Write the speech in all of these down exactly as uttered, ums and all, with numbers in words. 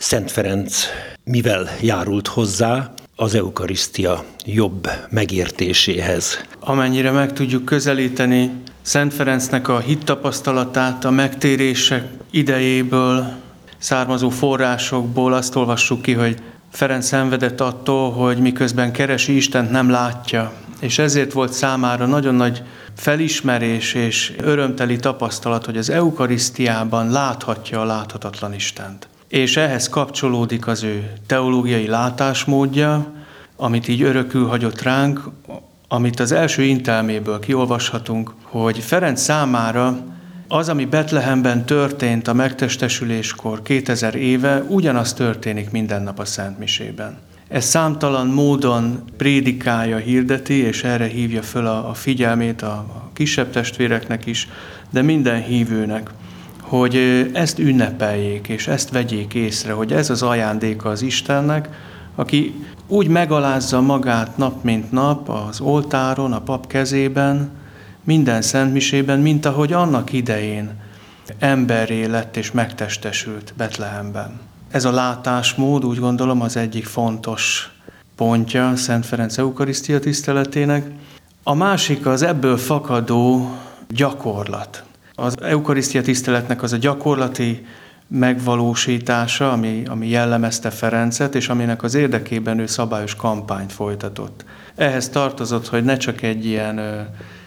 Szent Ferenc mivel járult hozzá az eukarisztia jobb megértéséhez? Amennyire meg tudjuk közelíteni Szent Ferencnek a hittapasztalatát, a megtérések idejéből származó forrásokból azt olvassuk ki, hogy Ferenc szenvedett attól, hogy miközben keresi Istent, nem látja. És ezért volt számára nagyon nagy felismerés és örömteli tapasztalat, hogy az eukarisztiában láthatja a láthatatlan Istent. És ehhez kapcsolódik az ő teológiai látásmódja, amit így örökül hagyott ránk, amit az első intelméből kiolvashatunk, hogy Ferenc számára az, ami Betlehemben történt a megtestesüléskor kétezer éve, ugyanaz történik minden nap a szentmisében. Ez számtalan módon prédikálja, hirdeti, és erre hívja föl a, a figyelmét a, a kisebb testvéreknek is, de minden hívőnek, hogy ezt ünnepeljék, és ezt vegyék észre, hogy ez az ajándéka az Istennek, aki úgy megalázza magát nap mint nap az oltáron, a pap kezében, minden szentmisében, mint ahogy annak idején emberré lett és megtestesült Betlehemben. Ez a látásmód, úgy gondolom, az egyik fontos pontja Szent Ferenc eukarisztia tiszteletének. A másik az ebből fakadó gyakorlat. Az eukarisztia tiszteletnek az a gyakorlati megvalósítása, ami, ami jellemezte Ferencet, és aminek az érdekében ő szabályos kampányt folytatott. Ehhez tartozott, hogy ne csak egy ilyen ö,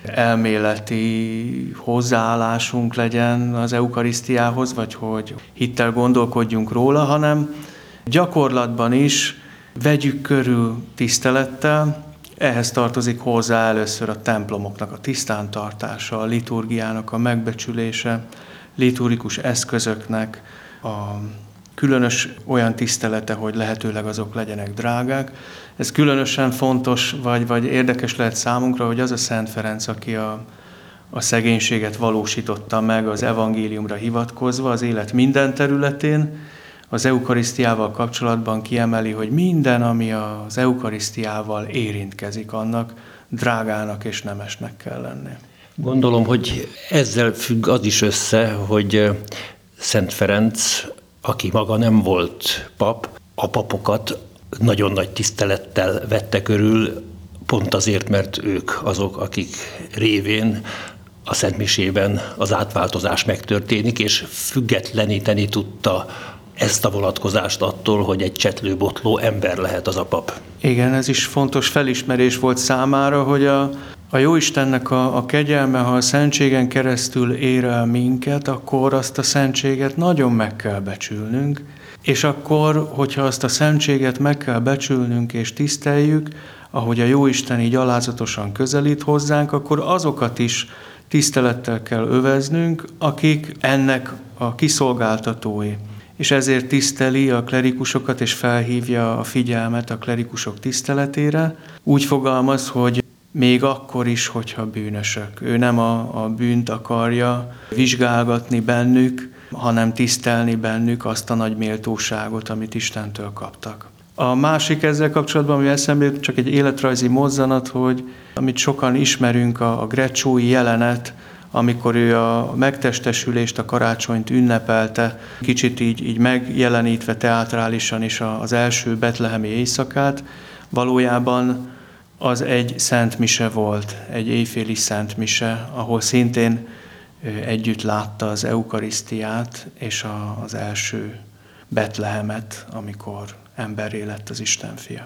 elméleti hozzáállásunk legyen az eukarisztiához, vagy hogy hittel gondolkodjunk róla, hanem gyakorlatban is vegyük körül tisztelettel. Ehhez tartozik hozzá először a templomoknak a tisztántartása, a liturgiának a megbecsülése, liturgikus eszközöknek a különös olyan tisztelete, hogy lehetőleg azok legyenek drágák. Ez különösen fontos, vagy, vagy érdekes lehet számunkra, hogy az a Szent Ferenc, aki a, a szegénységet valósította meg az evangéliumra hivatkozva az élet minden területén, az eukarisztiával kapcsolatban kiemeli, hogy minden, ami az eukarisztiával érintkezik, annak drágának és nemesnek kell lenni. Gondolom, hogy ezzel függ az is össze, hogy Szent Ferenc, aki maga nem volt pap, a papokat nagyon nagy tisztelettel vette körül, pont azért, mert ők azok, akik révén a szentmisében az átváltozás megtörténik, és függetleníteni tudta ezt a vonatkozást attól, hogy egy csetlőbotló ember lehet az a pap. Igen, ez is fontos felismerés volt számára, hogy a, a Jóistennek a, a kegyelme, ha a szentségen keresztül ér el minket, akkor azt a szentséget nagyon meg kell becsülnünk, és akkor, hogyha azt a szentséget meg kell becsülnünk és tiszteljük, ahogy a Jóisten így alázatosan közelít hozzánk, akkor azokat is tisztelettel kell öveznünk, akik ennek a kiszolgáltatói. És ezért tiszteli a klerikusokat, és felhívja a figyelmet a klerikusok tiszteletére. Úgy fogalmaz, hogy még akkor is, hogyha bűnösök. Ő nem a, a bűnt akarja vizsgálgatni bennük, hanem tisztelni bennük azt a nagy méltóságot, amit Istentől kaptak. A másik ezzel kapcsolatban, ami eszembe jut, csak egy életrajzi mozzanat, hogy amit sokan ismerünk, a, a Grecciói jelenet, amikor ő a megtestesülést, a karácsonyt ünnepelte, kicsit így, így megjelenítve teátrálisan is az első betlehemi éjszakát, valójában az egy szentmise volt, egy éjféli szentmise, ahol szintén együtt látta az eukarisztiát és az első Betlehemet, amikor emberré lett az Isten fia.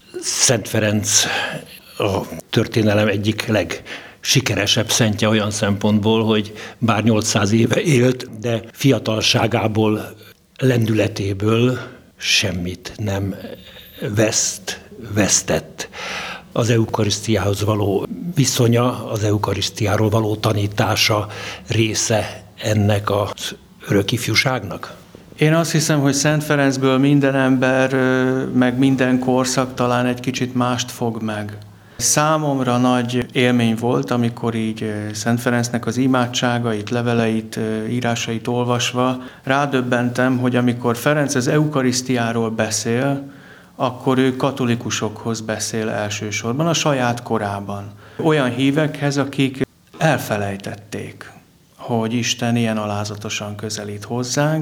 Szent Ferenc a történelem egyik leg sikeresebb szentje olyan szempontból, hogy bár nyolcszáz éve élt, de fiatalságából, lendületéből semmit nem veszt, vesztett. Az eukarisztiához való viszonya, az eukarisztiáról való tanítása része ennek az örök ifjúságnak? Én azt hiszem, hogy Szent Ferencből minden ember, meg minden korszak talán egy kicsit mást fog meg. Számomra nagy élmény volt, amikor így Szent Ferencnek az imádságait, leveleit, írásait olvasva rádöbbentem, hogy amikor Ferenc az eukarisztiáról beszél, akkor ő katolikusokhoz beszél elsősorban, a saját korában. Olyan hívekhez, akik elfelejtették, hogy Isten ilyen alázatosan közelít hozzánk,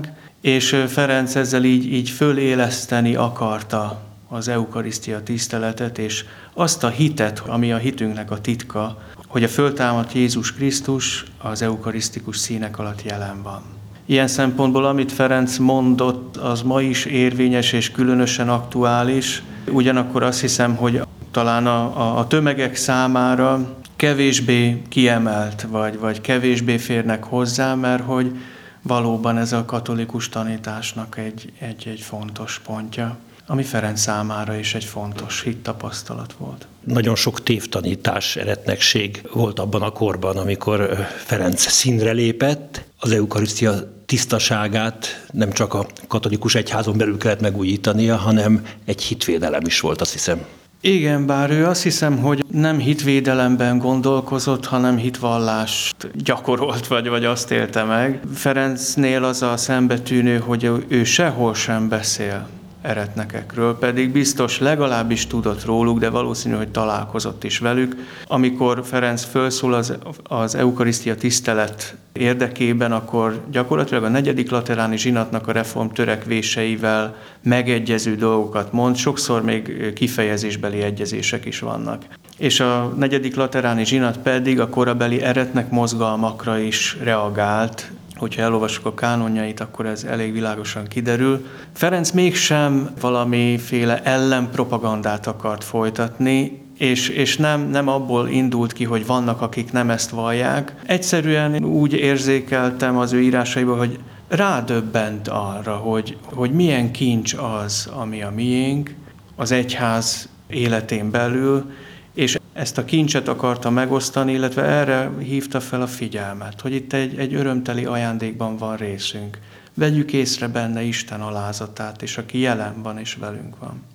és Ferenc ezzel így, így föléleszteni akarta az eukarisztia tiszteletet, és azt a hitet, ami a hitünknek a titka, hogy a föltámadt Jézus Krisztus az eukarisztikus színek alatt jelen van. Ilyen szempontból, amit Ferenc mondott, az ma is érvényes és különösen aktuális. Ugyanakkor azt hiszem, hogy talán a, a tömegek számára kevésbé kiemelt, vagy, vagy kevésbé férnek hozzá, mert hogy valóban ez a katolikus tanításnak egy, egy, egy fontos pontja, ami Ferenc számára is egy fontos hittapasztalat volt. Nagyon sok tévtanítás, eretnekség volt abban a korban, amikor Ferenc színre lépett. Az eukarisztia tisztaságát nem csak a katolikus egyházon belül kellett megújítania, hanem egy hitvédelem is volt, azt hiszem. Igen, bár ő azt hiszem, hogy nem hitvédelemben gondolkozott, hanem hitvallást gyakorolt, vagy, vagy azt élte meg. Ferencnél az a szembetűnő, hogy ő sehol sem beszél eretnekekről, pedig biztos legalábbis tudott róluk, de valószínű, hogy találkozott is velük. Amikor Ferenc felszól az, az eukarisztia tisztelet érdekében, akkor gyakorlatilag a negyedik lateráni zsinatnak a reform törekvéseivel megegyező dolgokat mond, sokszor még kifejezésbeli egyezések is vannak. És a negyedik lateráni zsinat pedig a korabeli eretnek mozgalmakra is reagált. Hogyha elolvassuk a kánonjait, akkor ez elég világosan kiderül. Ferenc mégsem valamiféle ellenpropagandát akart folytatni, és, és nem, nem abból indult ki, hogy vannak, akik nem ezt vallják. Egyszerűen úgy érzékeltem az ő írásaiból, hogy rádöbbent arra, hogy, hogy milyen kincs az, ami a miénk, az egyház életén belül, és ezt a kincset akarta megosztani, illetve erre hívta fel a figyelmet, hogy itt egy, egy örömteli ajándékban van részünk. Vegyük észre benne Isten alázatát, és aki jelen van és velünk van.